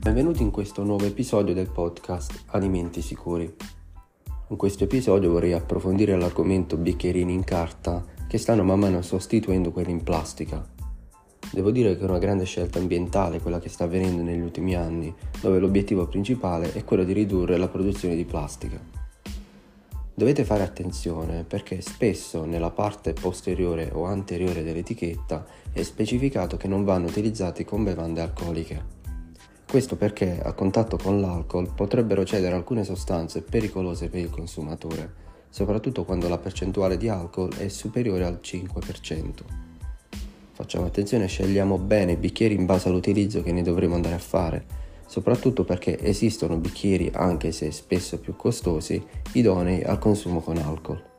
Benvenuti in questo nuovo episodio del podcast Alimenti Sicuri. In questo episodio vorrei approfondire l'argomento bicchierini in carta che stanno man mano sostituendo quelli in plastica. Devo dire che è una grande scelta ambientale quella che sta avvenendo negli ultimi anni, dove l'obiettivo principale è quello di ridurre la produzione di plastica. Dovete fare attenzione perché spesso nella parte posteriore o anteriore dell'etichetta è specificato che non vanno utilizzati con bevande alcoliche. Questo perché a contatto con l'alcol potrebbero cedere alcune sostanze pericolose per il consumatore, soprattutto quando la percentuale di alcol è superiore al 5%. Facciamo attenzione e scegliamo bene i bicchieri in base all'utilizzo che ne dovremo andare a fare, soprattutto perché esistono bicchieri, anche se spesso più costosi, idonei al consumo con alcol.